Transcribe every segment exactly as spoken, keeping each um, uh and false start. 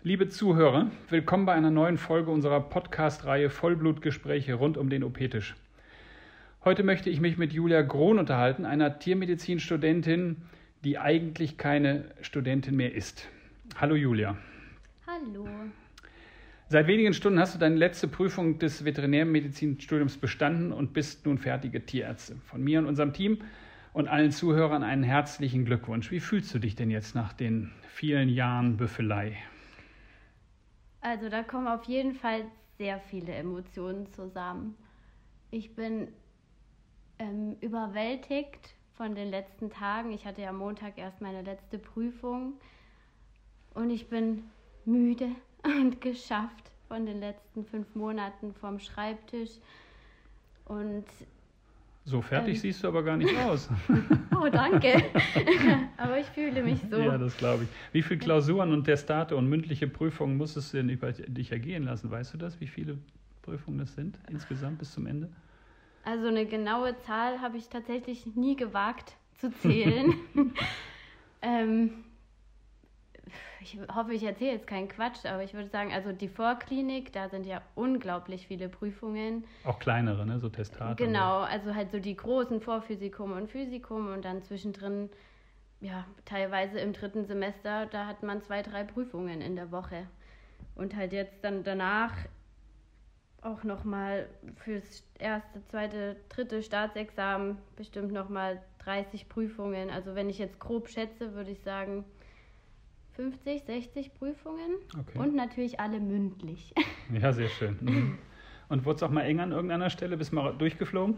Liebe Zuhörer, willkommen bei einer neuen Folge unserer Podcast-Reihe Vollblutgespräche rund um den O P-Tisch. Heute möchte ich mich mit Julia Grohn unterhalten, einer Tiermedizinstudentin, die eigentlich keine Studentin mehr ist. Hallo Julia. Hallo. Seit wenigen Stunden hast du deine letzte Prüfung des Veterinärmedizinstudiums bestanden und bist nun fertige Tierärztin. Von mir und unserem Team und allen Zuhörern einen herzlichen Glückwunsch. Wie fühlst du dich denn jetzt nach den vielen Jahren Büffelei? Also da kommen auf jeden Fall sehr viele Emotionen zusammen. Ich bin ähm, überwältigt von den letzten Tagen. Ich hatte ja am Montag erst meine letzte Prüfung und ich bin müde und geschafft von den letzten fünf Monaten vom Schreibtisch. Und so fertig ähm, siehst du aber gar nicht aus. Oh, danke. Aber ich fühle mich so. Ja, das glaube ich. Wie viele Klausuren und Testate und mündliche Prüfungen musstest du denn über dich ergehen lassen? Weißt du das, wie viele Prüfungen das sind insgesamt bis zum Ende? Also eine genaue Zahl habe ich tatsächlich nie gewagt zu zählen. ähm, ich hoffe, ich erzähle jetzt keinen Quatsch, aber ich würde sagen, also die Vorklinik, da sind ja unglaublich viele Prüfungen. Auch kleinere, ne, so Testate. Genau, also halt so die großen Vorphysikum und Physikum und dann zwischendrin, ja, teilweise im dritten Semester, da hat man zwei, drei Prüfungen in der Woche. Und halt jetzt dann danach auch nochmal fürs erste, zweite, dritte Staatsexamen bestimmt nochmal dreißig Prüfungen. Also wenn ich jetzt grob schätze, würde ich sagen fünfzig, sechzig Prüfungen. Okay. Und natürlich alle mündlich. Ja, sehr schön. Mhm. Und wurde es auch mal eng an irgendeiner Stelle? Bist du mal durchgeflogen?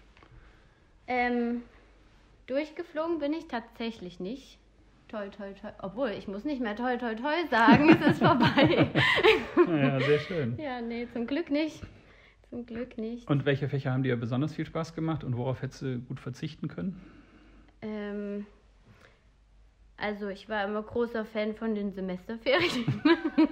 Ähm, durchgeflogen bin ich tatsächlich nicht. Toi, toi, toi. Obwohl, ich muss nicht mehr toi, toi, toi sagen. Es ist vorbei. Ja, sehr schön. Ja, nee, zum Glück nicht. Zum Glück nicht. Und welche Fächer haben dir besonders viel Spaß gemacht und worauf hättest du gut verzichten können? Ähm... Also ich war immer großer Fan von den Semesterferien.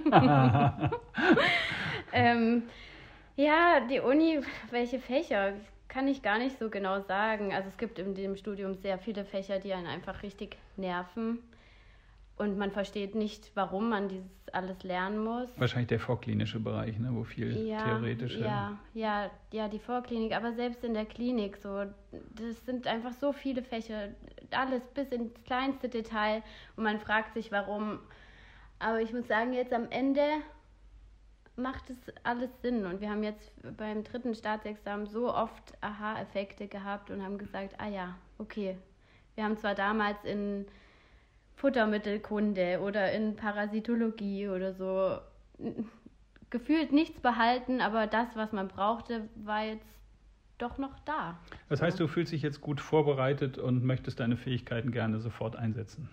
ähm, ja, die Uni, welche Fächer, kann ich gar nicht so genau sagen. Also es gibt in dem Studium sehr viele Fächer, die einen einfach richtig nerven. Und man versteht nicht, warum man dieses alles lernen muss. Wahrscheinlich der vorklinische Bereich, ne, wo viel ja, theoretische... Ja, ja, ja, die Vorklinik, aber selbst in der Klinik so, das sind einfach so viele Fächer, alles bis ins kleinste Detail und man fragt sich, warum. Aber ich muss sagen, jetzt am Ende macht es alles Sinn und wir haben jetzt beim dritten Staatsexamen so oft Aha-Effekte gehabt und haben gesagt, ah ja, okay, wir haben zwar damals in Futtermittelkunde oder in Parasitologie oder so gefühlt nichts behalten, aber das, was man brauchte, war jetzt doch noch da. Das heißt, du fühlst dich jetzt gut vorbereitet und möchtest deine Fähigkeiten gerne sofort einsetzen?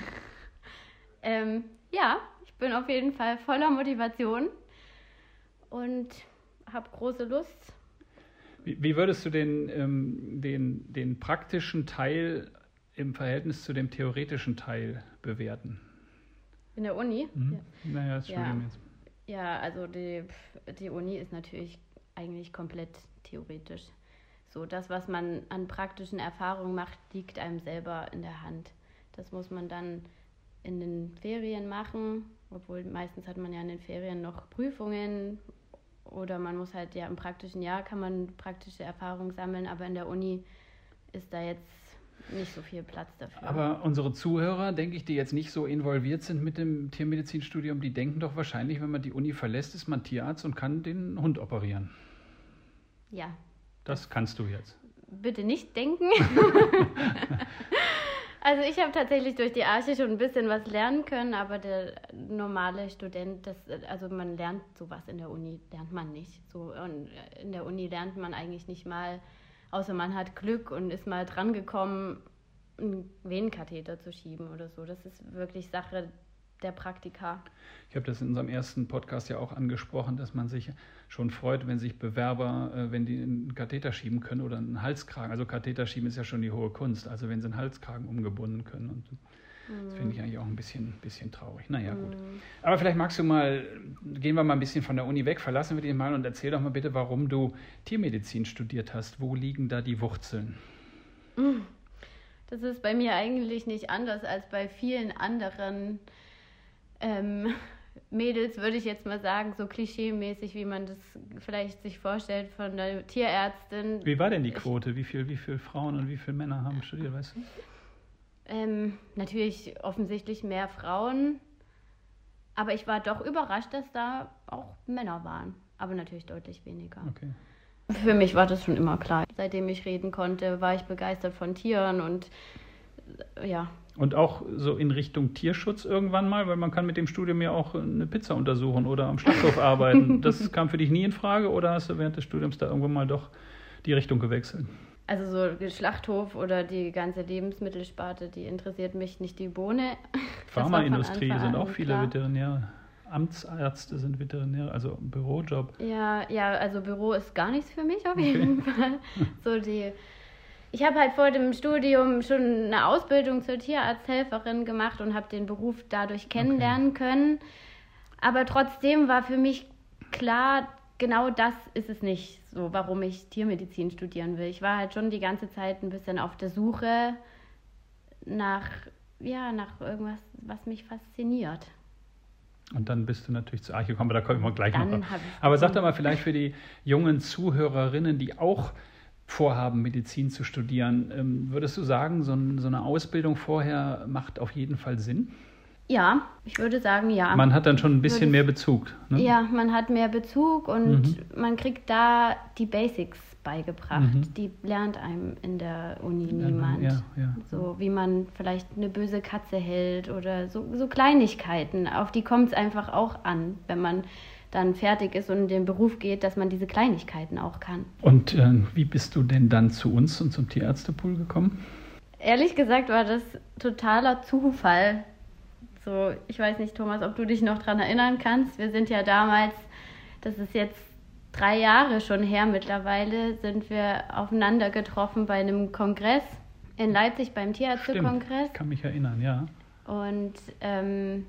ähm, ja, ich bin auf jeden Fall voller Motivation und habe große Lust. Wie, wie würdest du den, ähm, den, den praktischen Teil im Verhältnis zu dem theoretischen Teil bewerten? In der Uni? Mhm. Ja. Naja, das Studium ja. jetzt. Ja, also die, die Uni ist natürlich eigentlich komplett theoretisch. So, das, was man an praktischen Erfahrungen macht, liegt einem selber in der Hand. Das muss man dann in den Ferien machen, obwohl meistens hat man ja in den Ferien noch Prüfungen oder man muss halt ja im praktischen Jahr kann man praktische Erfahrungen sammeln, aber in der Uni ist da jetzt nicht so viel Platz dafür. Aber unsere Zuhörer, denke ich, die jetzt nicht so involviert sind mit dem Tiermedizinstudium, die denken doch wahrscheinlich, wenn man die Uni verlässt, ist man Tierarzt und kann den Hund operieren. Ja. Das, das kannst du jetzt. Bitte nicht denken. Also ich habe tatsächlich durch die Arche schon ein bisschen was lernen können, aber der normale Student, das, also man lernt sowas in der Uni, lernt man nicht. So, und in der Uni lernt man eigentlich nicht mal, außer man hat Glück und ist mal dran gekommen, einen Venenkatheter zu schieben oder so. Das ist wirklich Sache der Praktika. Ich habe das in unserem ersten Podcast ja auch angesprochen, dass man sich schon freut, wenn sich Bewerber, äh, wenn die einen Katheter schieben können oder einen Halskragen. Also Katheter schieben ist ja schon die hohe Kunst. Also wenn sie einen Halskragen umgebunden können. Und das finde ich eigentlich auch ein bisschen, bisschen traurig. Naja, gut. Aber vielleicht magst du mal, gehen wir mal ein bisschen von der Uni weg, verlassen wir den mal und erzähl doch mal bitte, warum du Tiermedizin studiert hast. Wo liegen da die Wurzeln? Das ist bei mir eigentlich nicht anders als bei vielen anderen ähm, Mädels, würde ich jetzt mal sagen, so klischee-mäßig, wie man das vielleicht sich vorstellt von der Tierärztin. Wie war denn die Quote? Wie viel, wie viele Frauen und wie viele Männer haben studiert, weißt du? Ähm, natürlich offensichtlich mehr Frauen, aber ich war doch überrascht, dass da auch Männer waren, aber natürlich deutlich weniger. Okay. Für mich war das schon immer klar. Seitdem ich reden konnte, war ich begeistert von Tieren und ja. Und auch so in Richtung Tierschutz irgendwann mal, weil man kann mit dem Studium ja auch eine Pizza untersuchen oder am Schlachthof arbeiten. Das kam für dich nie in Frage oder hast du während des Studiums da irgendwann mal doch die Richtung gewechselt? Also so der Schlachthof oder die ganze Lebensmittelsparte, die interessiert mich nicht die Bohne. Pharmaindustrie sind auch viele klar. Veterinäre. Amtsärzte sind Veterinäre, also Bürojob. Ja, ja, also Büro ist gar nichts für mich auf jeden okay. Fall. So die Ich habe halt vor dem Studium schon eine Ausbildung zur Tierarzthelferin gemacht und habe den Beruf dadurch kennenlernen okay. können. Aber trotzdem war für mich klar, genau das ist es nicht, so warum ich Tiermedizin studieren will. Ich war halt schon die ganze Zeit ein bisschen auf der Suche nach, ja, nach irgendwas, was mich fasziniert. Und dann bist du natürlich zu Arche gekommen, aber da kommen wir gleich dann noch drauf. Aber sag doch mal vielleicht für die jungen Zuhörerinnen, die auch vorhaben, Medizin zu studieren, würdest du sagen, so eine Ausbildung vorher macht auf jeden Fall Sinn? Ja, ich würde sagen, ja. Man hat dann schon ein bisschen mehr Bezug. Ne? Ja, man hat mehr Bezug und mhm. man kriegt da die Basics beigebracht. Mhm. Die lernt einem in der Uni niemand. Ja, ja. So wie man vielleicht eine böse Katze hält oder so, so Kleinigkeiten. Auf die kommt es einfach auch an, wenn man dann fertig ist und in den Beruf geht, dass man diese Kleinigkeiten auch kann. Und äh, wie bist du denn dann zu uns und zum Tierärztepool gekommen? Ehrlich gesagt war das totaler Zufall. So, ich weiß nicht, Thomas, ob du dich noch daran erinnern kannst. Wir sind ja damals, das ist jetzt drei Jahre schon her mittlerweile, sind wir aufeinander getroffen bei einem Kongress in Leipzig, beim Tierärztekongress. Ich kann mich erinnern, ja. Und ähm,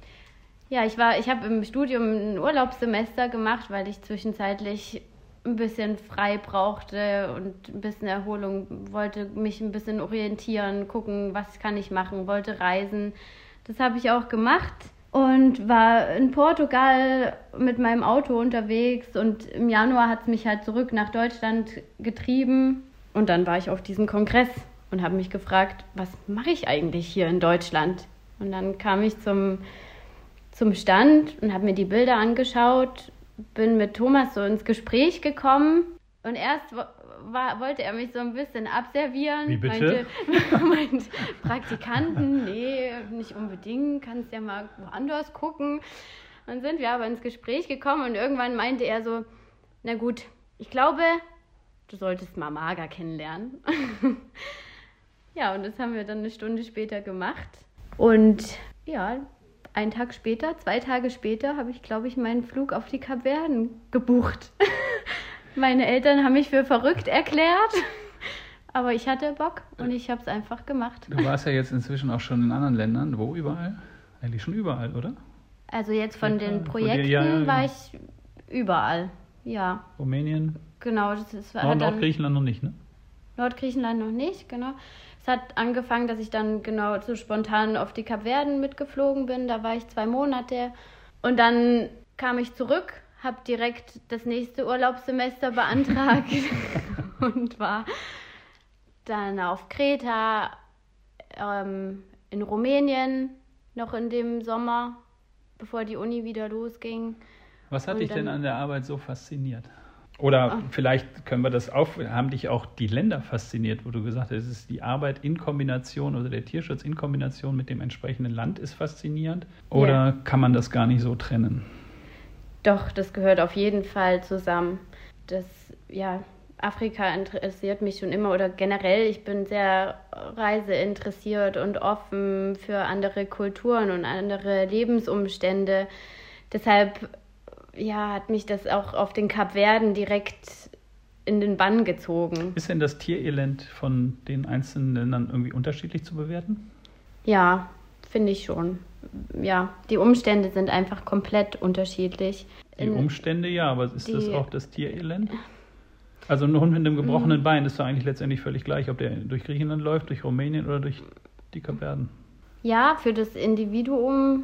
ja, ich war, ich habe im Studium ein Urlaubssemester gemacht, weil ich zwischenzeitlich ein bisschen frei brauchte und ein bisschen Erholung, wollte mich ein bisschen orientieren, gucken, was kann ich machen, wollte reisen. Das habe ich auch gemacht und war in Portugal mit meinem Auto unterwegs und im Januar hat es mich halt zurück nach Deutschland getrieben und dann war ich auf diesem Kongress und habe mich gefragt, was mache ich eigentlich hier in Deutschland? Und dann kam ich zum, zum Stand und habe mir die Bilder angeschaut, bin mit Thomas so ins Gespräch gekommen und erst war, wollte er mich so ein bisschen abservieren. Wie bitte? Meinte, meinte Praktikanten, nee, nicht unbedingt, kannst ja mal woanders gucken. Dann sind wir aber ins Gespräch gekommen und irgendwann meinte er so, na gut, ich glaube, du solltest mal Marga kennenlernen. Ja, und das haben wir dann eine Stunde später gemacht. Und ja, einen Tag später, zwei Tage später, habe ich, glaube ich, meinen Flug auf die Kapverden gebucht. Meine Eltern haben mich für verrückt erklärt, aber ich hatte Bock und ich habe es einfach gemacht. Du warst ja jetzt inzwischen auch schon in anderen Ländern. Wo überall? Eigentlich schon überall, oder? Also jetzt von ja, den Projekten ja, ja, war genau. ich überall, ja. Rumänien? Genau. Das ist, Nord- Nordgriechenland noch nicht, ne? Nordgriechenland noch nicht, genau. Es hat angefangen, dass ich dann genau so spontan auf die Kapverden mitgeflogen bin. Da war ich zwei Monate und dann kam ich zurück, habe direkt das nächste Urlaubssemester beantragt und war dann auf Kreta, ähm, in Rumänien noch in dem Sommer, bevor die Uni wieder losging. Was hat und dich dann, denn an der Arbeit so fasziniert? Oder oh. vielleicht können wir das auf, haben dich auch die Länder fasziniert, wo du gesagt hast, es ist die Arbeit in Kombination oder der Tierschutz in Kombination mit dem entsprechenden Land ist faszinierend? Oder yeah. kann man das gar nicht so trennen? Doch, das gehört auf jeden Fall zusammen. Das, ja, Afrika interessiert mich schon immer oder generell, ich bin sehr reiseinteressiert und offen für andere Kulturen und andere Lebensumstände. Deshalb, ja, hat mich das auch auf den Kapverden direkt in den Bann gezogen. Ist denn das Tierelend von den einzelnen Ländern irgendwie unterschiedlich zu bewerten? Ja, finde ich schon. Ja, die Umstände sind einfach komplett unterschiedlich. Die In, Umstände, ja, aber ist die, das auch das Tierelend? Also ein Hund mit einem gebrochenen m- Bein ist doch eigentlich letztendlich völlig gleich, ob der durch Griechenland läuft, durch Rumänien oder durch die Kapverden. Ja, für das Individuum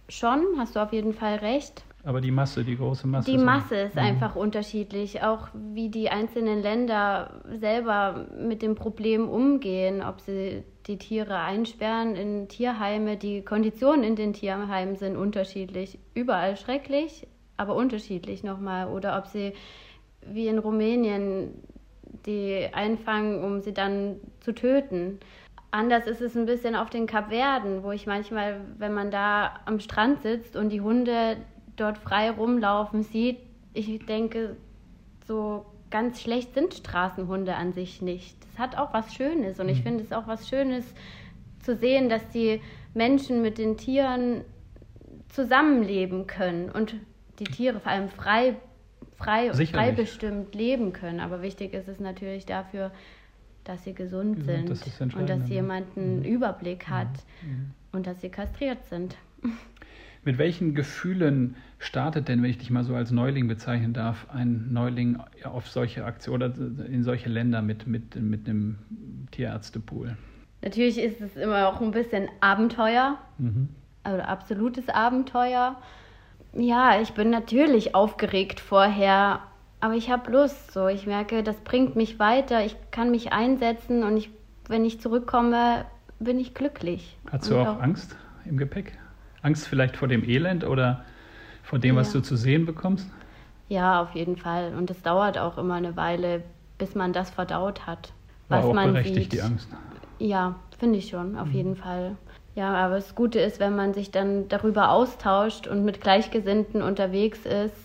schon, hast du auf jeden Fall recht. Aber die Masse, die große Masse. Die Masse ist mhm. einfach unterschiedlich, auch wie die einzelnen Länder selber mit dem Problem umgehen, ob sie die Tiere einsperren in Tierheime. Die Konditionen in den Tierheimen sind unterschiedlich, überall schrecklich, aber unterschiedlich nochmal. Oder ob sie wie in Rumänien die einfangen, um sie dann zu töten. Anders ist es ein bisschen auf den Kapverden, wo ich manchmal, wenn man da am Strand sitzt und die Hunde dort frei rumlaufen sieht, ich denke, so ganz schlecht sind Straßenhunde an sich nicht. Es hat auch was Schönes und ich finde es auch was Schönes zu sehen, dass die Menschen mit den Tieren zusammenleben können und die Tiere vor allem frei, frei und frei bestimmt leben können. Aber wichtig ist es natürlich dafür, dass sie gesund sind das und dass jemand einen mhm. Überblick hat mhm. und dass sie kastriert sind. Mit welchen Gefühlen startet denn, wenn ich dich mal so als Neuling bezeichnen darf, ein Neuling auf solche Aktionen oder in solche Länder mit, mit, mit einem Tierärztepool? Natürlich ist es immer auch ein bisschen Abenteuer, mhm. also absolutes Abenteuer. Ja, ich bin natürlich aufgeregt vorher, aber ich habe Lust. So. Ich merke, das bringt mich weiter, ich kann mich einsetzen und ich, wenn ich zurückkomme, bin ich glücklich. Hast du auch, auch Angst im Gepäck? Angst vielleicht vor dem Elend oder vor dem, ja. was du zu sehen bekommst? Ja, auf jeden Fall. Und es dauert auch immer eine Weile, bis man das verdaut hat. War was auch man berechtigt, sieht. Die Angst. Ja, finde ich schon, auf mhm. jeden Fall. Ja, aber das Gute ist, wenn man sich dann darüber austauscht und mit Gleichgesinnten unterwegs ist,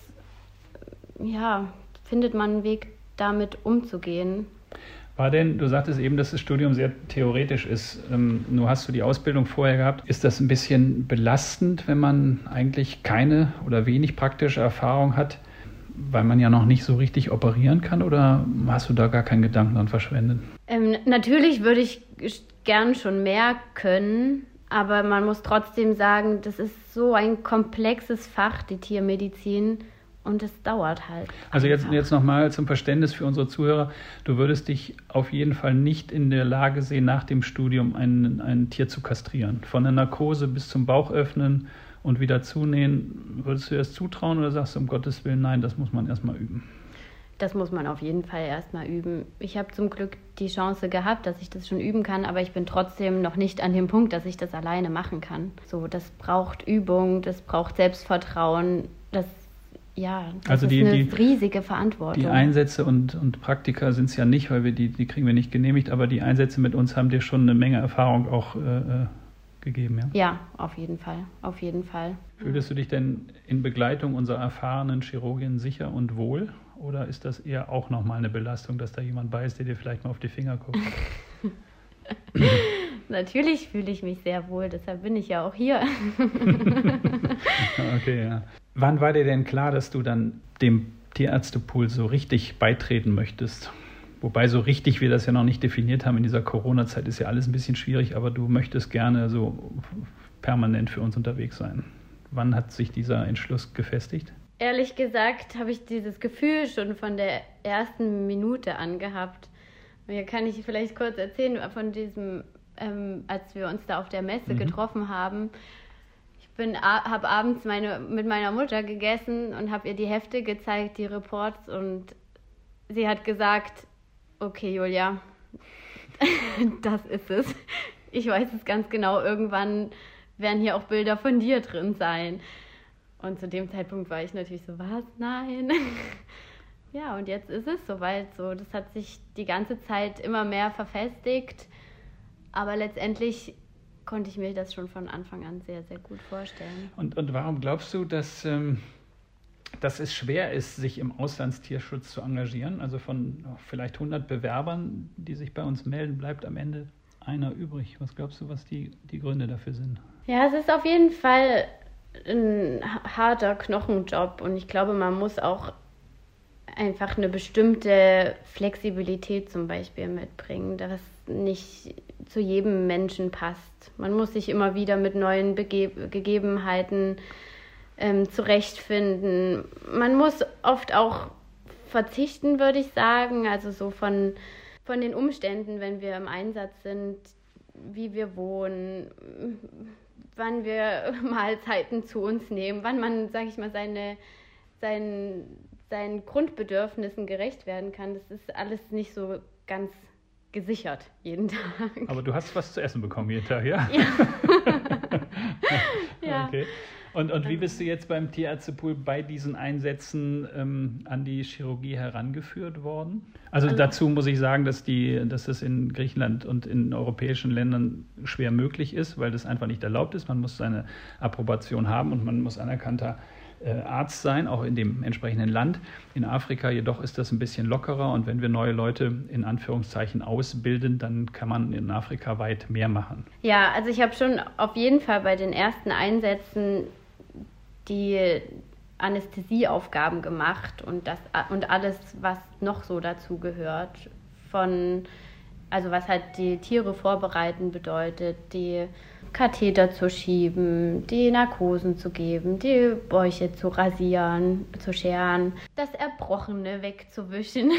ja, findet man einen Weg, damit umzugehen. War denn, du sagtest eben, dass das Studium sehr theoretisch ist. Ähm, nur hast du die Ausbildung vorher gehabt. Ist das ein bisschen belastend, wenn man eigentlich keine oder wenig praktische Erfahrung hat, weil man ja noch nicht so richtig operieren kann? Oder hast du da gar keinen Gedanken dran verschwendet? Ähm, natürlich würde ich gern schon mehr können, aber man muss trotzdem sagen, das ist so ein komplexes Fach, die Tiermedizin. Und es dauert halt. Also jetzt, jetzt nochmal zum Verständnis für unsere Zuhörer. Du würdest dich auf jeden Fall nicht in der Lage sehen, nach dem Studium ein, ein Tier zu kastrieren. Von der Narkose bis zum Bauch öffnen und wieder zunähen. Würdest du dir das zutrauen oder sagst du um Gottes Willen, nein, das muss man erstmal üben? Das muss man auf jeden Fall erstmal üben. Ich habe zum Glück die Chance gehabt, dass ich das schon üben kann, aber ich bin trotzdem noch nicht an dem Punkt, dass ich das alleine machen kann. So, das braucht Übung, das braucht Selbstvertrauen, das Ja, das also die, ist eine die, riesige Verantwortung. Die Einsätze und, und Praktika sind es ja nicht, weil wir die, die kriegen wir nicht genehmigt, aber die Einsätze mit uns haben dir schon eine Menge Erfahrung auch äh, gegeben, ja? Ja, auf jeden Fall, auf jeden Fall. Fühlst du dich denn in Begleitung unserer erfahrenen Chirurgin sicher und wohl? Oder ist das eher auch nochmal eine Belastung, dass da jemand bei ist, der dir vielleicht mal auf die Finger guckt? Natürlich fühle ich mich sehr wohl, deshalb bin ich ja auch hier. Okay, ja. Wann war dir denn klar, dass du dann dem Tierärztepool so richtig beitreten möchtest? Wobei so richtig wir das ja noch nicht definiert haben in dieser Corona-Zeit, ist ja alles ein bisschen schwierig, aber du möchtest gerne so permanent für uns unterwegs sein. Wann hat sich dieser Entschluss gefestigt? Ehrlich gesagt habe ich dieses Gefühl schon von der ersten Minute an gehabt. Hier kann ich vielleicht kurz erzählen von diesem, ähm, als wir uns da auf der Messe mhm. getroffen haben. Ich habe abends meine, mit meiner Mutter gegessen und habe ihr die Hefte gezeigt, die Reports, und sie hat gesagt, okay, Julia, das ist es. Ich weiß es ganz genau, irgendwann werden hier auch Bilder von dir drin sein. Und zu dem Zeitpunkt war ich natürlich so, was? Nein. Ja, und jetzt ist es soweit so. Das hat sich die ganze Zeit immer mehr verfestigt, aber letztendlich konnte ich mir das schon von Anfang an sehr, sehr gut vorstellen. Und, und warum glaubst du, dass, ähm, dass es schwer ist, sich im Auslandstierschutz zu engagieren? Also von oh, vielleicht hundert Bewerbern, die sich bei uns melden, bleibt am Ende einer übrig. Was glaubst du, was die, die Gründe dafür sind? Ja, es ist auf jeden Fall ein harter Knochenjob und ich glaube, man muss auch einfach eine bestimmte Flexibilität zum Beispiel mitbringen, dass nicht zu jedem Menschen passt. Man muss sich immer wieder mit neuen Bege- Gegebenheiten ähm, zurechtfinden. Man muss oft auch verzichten, würde ich sagen, also so von, von den Umständen, wenn wir im Einsatz sind, wie wir wohnen, wann wir Mahlzeiten zu uns nehmen, wann man, sag ich mal, seine, seinen, seinen Grundbedürfnissen gerecht werden kann. Das ist alles nicht so ganz gesichert jeden Tag. Aber du hast was zu essen bekommen jeden Tag, ja? Ja. Ja. Okay. Und, und wie bist du jetzt beim Tierärztepool bei diesen Einsätzen ähm, an die Chirurgie herangeführt worden? Also, also dazu muss ich sagen, dass, die, dass das in Griechenland und in europäischen Ländern schwer möglich ist, weil das einfach nicht erlaubt ist. Man muss seine Approbation haben und man muss anerkannter äh, Arzt sein, auch in dem entsprechenden Land. In Afrika jedoch ist das ein bisschen lockerer und wenn wir neue Leute in Anführungszeichen ausbilden, dann kann man in Afrika weit mehr machen. Ja, also ich habe schon auf jeden Fall bei den ersten Einsätzen die Anästhesieaufgaben gemacht und das und alles, was noch so dazu gehört, von also was halt die Tiere vorbereiten bedeutet, die Katheter zu schieben, die Narkosen zu geben, die Bäuche zu rasieren, zu scheren, das Erbrochene wegzuwischen.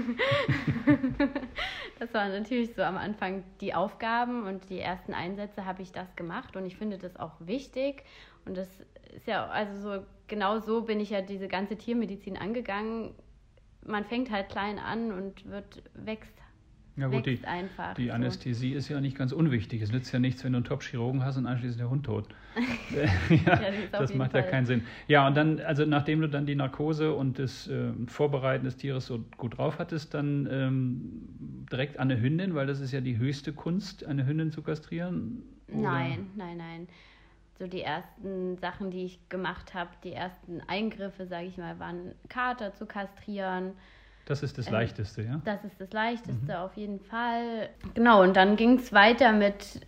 Das waren natürlich so am Anfang die Aufgaben und die ersten Einsätze habe ich das gemacht und ich finde das auch wichtig und das ist ja, also so genau so bin ich ja diese ganze Tiermedizin angegangen. Man fängt halt klein an und wird wächst. Ja gut, die, einfach, die Anästhesie so. Ist ja nicht ganz unwichtig. Es nützt ja nichts, wenn du einen Top-Chirurgen hast und anschließend der Hund tot. ja, ja, das macht Fall. ja keinen Sinn. Ja, und dann, also nachdem du dann die Narkose und das äh, Vorbereiten des Tieres so gut drauf hattest, dann ähm, direkt an eine Hündin, weil das ist ja die höchste Kunst, eine Hündin zu kastrieren? Oder? Nein, nein, nein. So die ersten Sachen, die ich gemacht habe, die ersten Eingriffe, sage ich mal, waren Kater zu kastrieren. Das ist das ähm, Leichteste, ja? Das ist das Leichteste, mhm. auf jeden Fall. Genau, und dann ging es weiter mit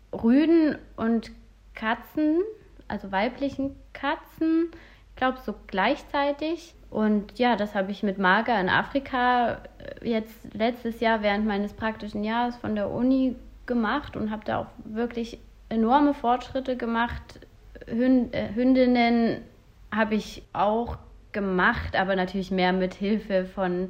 Rüden und Katzen, also weiblichen Katzen, ich glaube so gleichzeitig. Und ja, das habe ich mit Marga in Afrika jetzt letztes Jahr während meines praktischen Jahres von der Uni gemacht und habe da auch wirklich enorme Fortschritte gemacht. Hünd, äh, Hündinnen habe ich auch gemacht, aber natürlich mehr mit Hilfe von,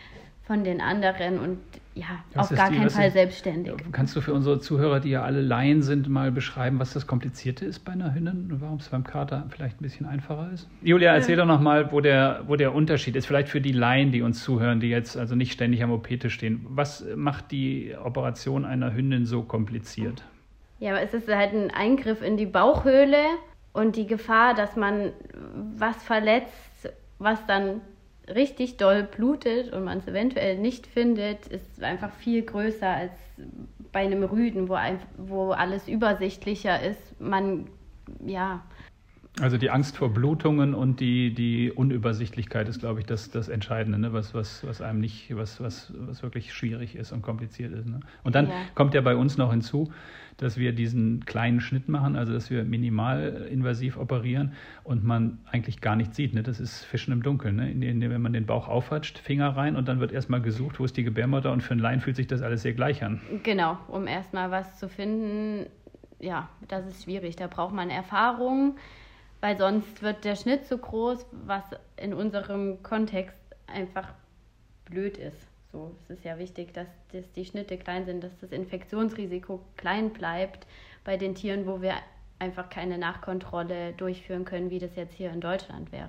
von den anderen und ja, was auf gar die, keinen Fall ist, selbstständig. Kannst du für unsere Zuhörer, die ja alle Laien sind, mal beschreiben, was das Komplizierte ist bei einer Hündin und warum es beim Kater vielleicht ein bisschen einfacher ist? Julia, erzähl ja. doch nochmal, wo der, wo der Unterschied ist, vielleicht für die Laien, die uns zuhören, die jetzt also nicht ständig am O P-Tisch stehen. Was macht die Operation einer Hündin so kompliziert? Ja, es ist halt ein Eingriff in die Bauchhöhle und die Gefahr, dass man was verletzt, was dann richtig doll blutet und man es eventuell nicht findet, ist einfach viel größer als bei einem Rüden, wo, ein, wo alles übersichtlicher ist. Man, ja... Also die Angst vor Blutungen und die, die Unübersichtlichkeit ist, glaube ich, das, das Entscheidende, ne? was, was, was einem nicht, was, was, was wirklich schwierig ist und kompliziert ist. Ne? Und dann ja. kommt ja bei uns noch hinzu, dass wir diesen kleinen Schnitt machen, also dass wir minimalinvasiv operieren und man eigentlich gar nichts sieht. Ne? Das ist Fischen im Dunkeln. Ne? In, in, wenn man den Bauch aufhatscht, Finger rein und dann wird erstmal gesucht, wo ist die Gebärmutter und für einen Laien fühlt sich das alles sehr gleich an. Genau, um erstmal was zu finden, ja, das ist schwierig. Da braucht man Erfahrung, weil sonst wird der Schnitt zu groß, was in unserem Kontext einfach blöd ist. So, es ist ja wichtig, dass, dass die Schnitte klein sind, dass das Infektionsrisiko klein bleibt bei den Tieren, wo wir einfach keine Nachkontrolle durchführen können, wie das jetzt hier in Deutschland wäre.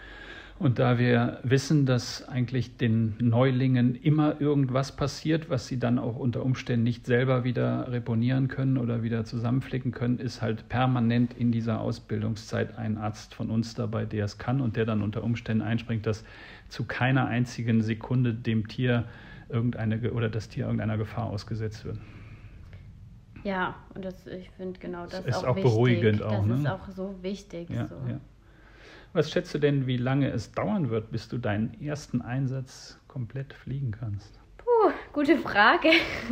Und da wir wissen, dass eigentlich den Neulingen immer irgendwas passiert, was sie dann auch unter Umständen nicht selber wieder reponieren können oder wieder zusammenflicken können, ist halt permanent in dieser Ausbildungszeit ein Arzt von uns dabei, der es kann und der dann unter Umständen einspringt, dass zu keiner einzigen Sekunde dem Tier irgendeine oder das Tier irgendeiner Gefahr ausgesetzt wird. Ja, und das, ich finde genau das, das ist auch, auch wichtig. beruhigend. Auch, das ne? ist auch so wichtig. Ja, so. Ja. Was schätzt du denn, wie lange es dauern wird, bis du deinen ersten Einsatz komplett fliegen kannst? Puh, gute Frage.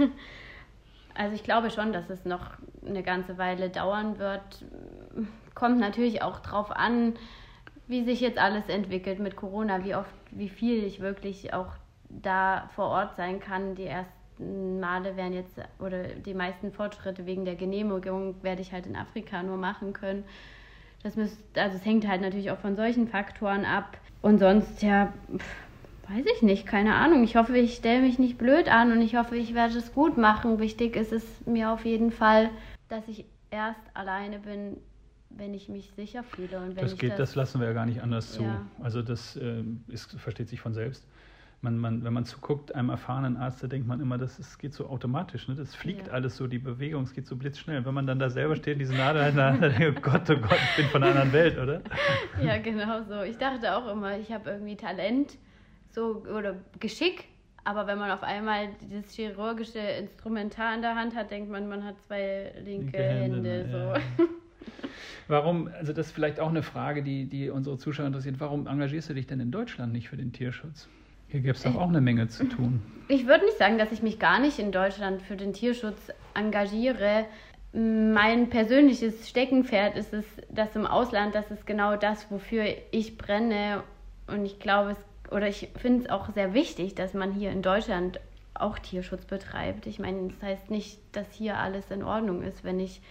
Also ich glaube schon, dass es noch eine ganze Weile dauern wird. Kommt natürlich auch drauf an, wie sich jetzt alles entwickelt mit Corona, wie oft, wie viel ich wirklich auch da vor Ort sein kann. Die ersten Male werden jetzt, oder die meisten Fortschritte wegen der Genehmigung werde ich halt in Afrika nur machen können. Das müsst, also es hängt halt natürlich auch von solchen Faktoren ab. Und sonst, ja, weiß ich nicht, keine Ahnung. Ich hoffe, ich stelle mich nicht blöd an und ich hoffe, ich werde es gut machen. Wichtig ist es mir auf jeden Fall, dass ich erst alleine bin, wenn ich mich sicher fühle. Und wenn das ich geht, das, das lassen wir ja gar nicht anders zu. Ja. Also das äh, ist, versteht sich von selbst. Man, man, wenn man zuguckt, einem erfahrenen Arzt, da denkt man immer, das ist, geht so automatisch. Ne? Das fliegt Ja. alles so, die Bewegung, es geht so blitzschnell. Wenn man dann da selber steht, diese Nadel in der Hand, dann denkt man, oh Gott, oh Gott, ich bin von einer anderen Welt, oder? Ja, genau so. Ich dachte auch immer, ich habe irgendwie Talent so oder Geschick. Aber wenn man auf einmal dieses chirurgische Instrumentar in der Hand hat, denkt man, man hat zwei linke, linke Hände. Hände so. Ja. Warum, also das ist vielleicht auch eine Frage, die, die unsere Zuschauer interessiert, warum engagierst du dich denn in Deutschland nicht für den Tierschutz? Hier gäbe es doch auch eine Menge zu tun. Ich würde nicht sagen, dass ich mich gar nicht in Deutschland für den Tierschutz engagiere. Mein persönliches Steckenpferd ist es, dass im Ausland, das ist genau das, wofür ich brenne. Und ich glaube, es Oder ich finde es auch sehr wichtig, dass man hier in Deutschland auch Tierschutz betreibt. Ich meine, das heißt nicht, dass hier alles in Ordnung ist, wenn ich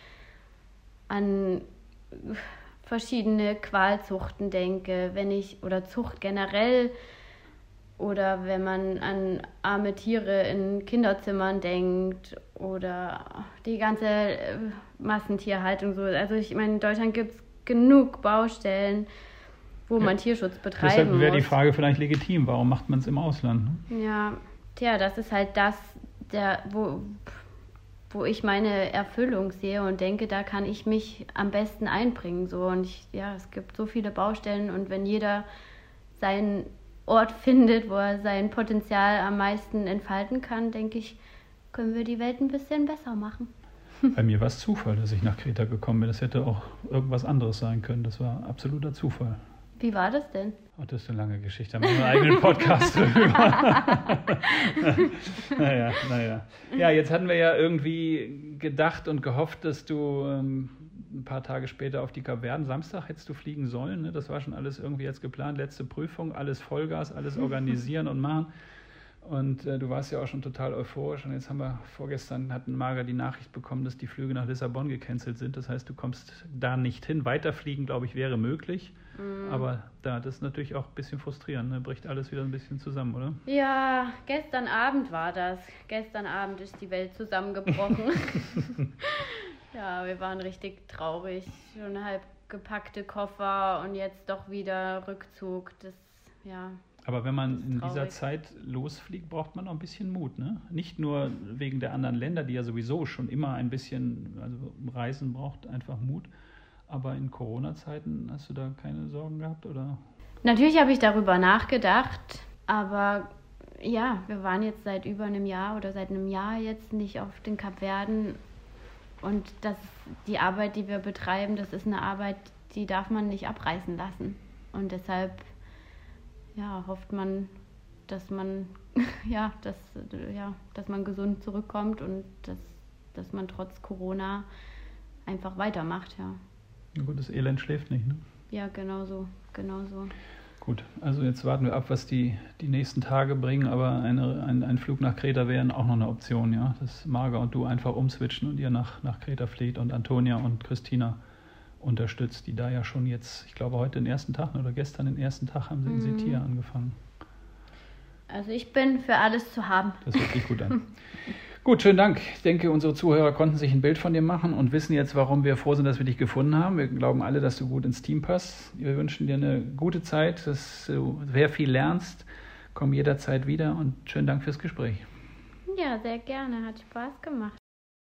an verschiedene Qualzuchten denke, wenn ich oder Zucht generell oder wenn man an arme Tiere in Kinderzimmern denkt oder die ganze Massentierhaltung so. Also ich meine, in Deutschland gibt es genug Baustellen, wo man ja. Tierschutz betreiben muss. Deshalb wäre die Frage vielleicht legitim, warum macht man es im Ausland? Ne? Ja, tja, das ist halt das, der, wo, wo ich meine Erfüllung sehe und denke, da kann ich mich am besten einbringen. So. Und ich, ja, es gibt so viele Baustellen und wenn jeder seinen Ort findet, wo er sein Potenzial am meisten entfalten kann, denke ich, können wir die Welt ein bisschen besser machen. Bei mir war es Zufall, dass ich nach Kreta gekommen bin. Das hätte auch irgendwas anderes sein können. Das war absoluter Zufall. Wie war das denn? Oh, das ist eine lange Geschichte. Da haben wir einen eigenen Podcast drüber. naja, naja. Ja, jetzt hatten wir ja irgendwie gedacht und gehofft, dass du ähm, ein paar Tage später auf die Kapverden, Samstag hättest du fliegen sollen. Ne? Das war schon alles irgendwie jetzt geplant. Letzte Prüfung, alles Vollgas, alles organisieren und machen. Und äh, du warst ja auch schon total euphorisch. Und jetzt haben wir vorgestern, hatten Marga die Nachricht bekommen, dass die Flüge nach Lissabon gecancelt sind. Das heißt, du kommst da nicht hin. Weiterfliegen, glaube ich, wäre möglich. Mhm. Aber da, das ist natürlich auch ein bisschen frustrierend. Ne? Bricht alles wieder ein bisschen zusammen, oder? Ja, gestern Abend war das. Gestern Abend ist die Welt zusammengebrochen. Ja, wir waren richtig traurig. Schon halb gepackte Koffer und jetzt doch wieder Rückzug. Das, ja... Aber wenn man in dieser Zeit losfliegt, braucht man auch ein bisschen Mut, ne? Nicht nur wegen der anderen Länder, die ja sowieso schon immer ein bisschen, also Reisen braucht einfach Mut. Aber in Corona-Zeiten hast du da keine Sorgen gehabt, oder? Natürlich habe ich darüber nachgedacht, aber ja, wir waren jetzt seit über einem Jahr oder seit einem Jahr jetzt nicht auf den Kapverden. Und das, die Arbeit, die wir betreiben, das ist eine Arbeit, die darf man nicht abreißen lassen. Und deshalb ja, hofft man, dass man ja, dass, ja, dass man gesund zurückkommt und dass, dass man trotz Corona einfach weitermacht, ja. Ja gut, das Elend schläft nicht, ne? Ja, genau so, genau so. Gut, also jetzt warten wir ab, was die, die nächsten Tage bringen, aber eine, ein, ein Flug nach Kreta wäre auch noch eine Option, ja, dass Marga und du einfach umswitchen und ihr nach, nach Kreta fliegt und Antonia und Christina unterstützt, die da ja schon jetzt, ich glaube heute den ersten Tag oder gestern den ersten Tag haben sie in Mhm. Setia angefangen. Also ich bin für alles zu haben. Das hört sich gut an. Gut, schönen Dank. Ich denke, unsere Zuhörer konnten sich ein Bild von dir machen und wissen jetzt, warum wir froh sind, dass wir dich gefunden haben. Wir glauben alle, dass du gut ins Team passt. Wir wünschen dir eine gute Zeit, dass du sehr viel lernst. Komm jederzeit wieder und schönen Dank fürs Gespräch. Ja, sehr gerne. Hat Spaß gemacht.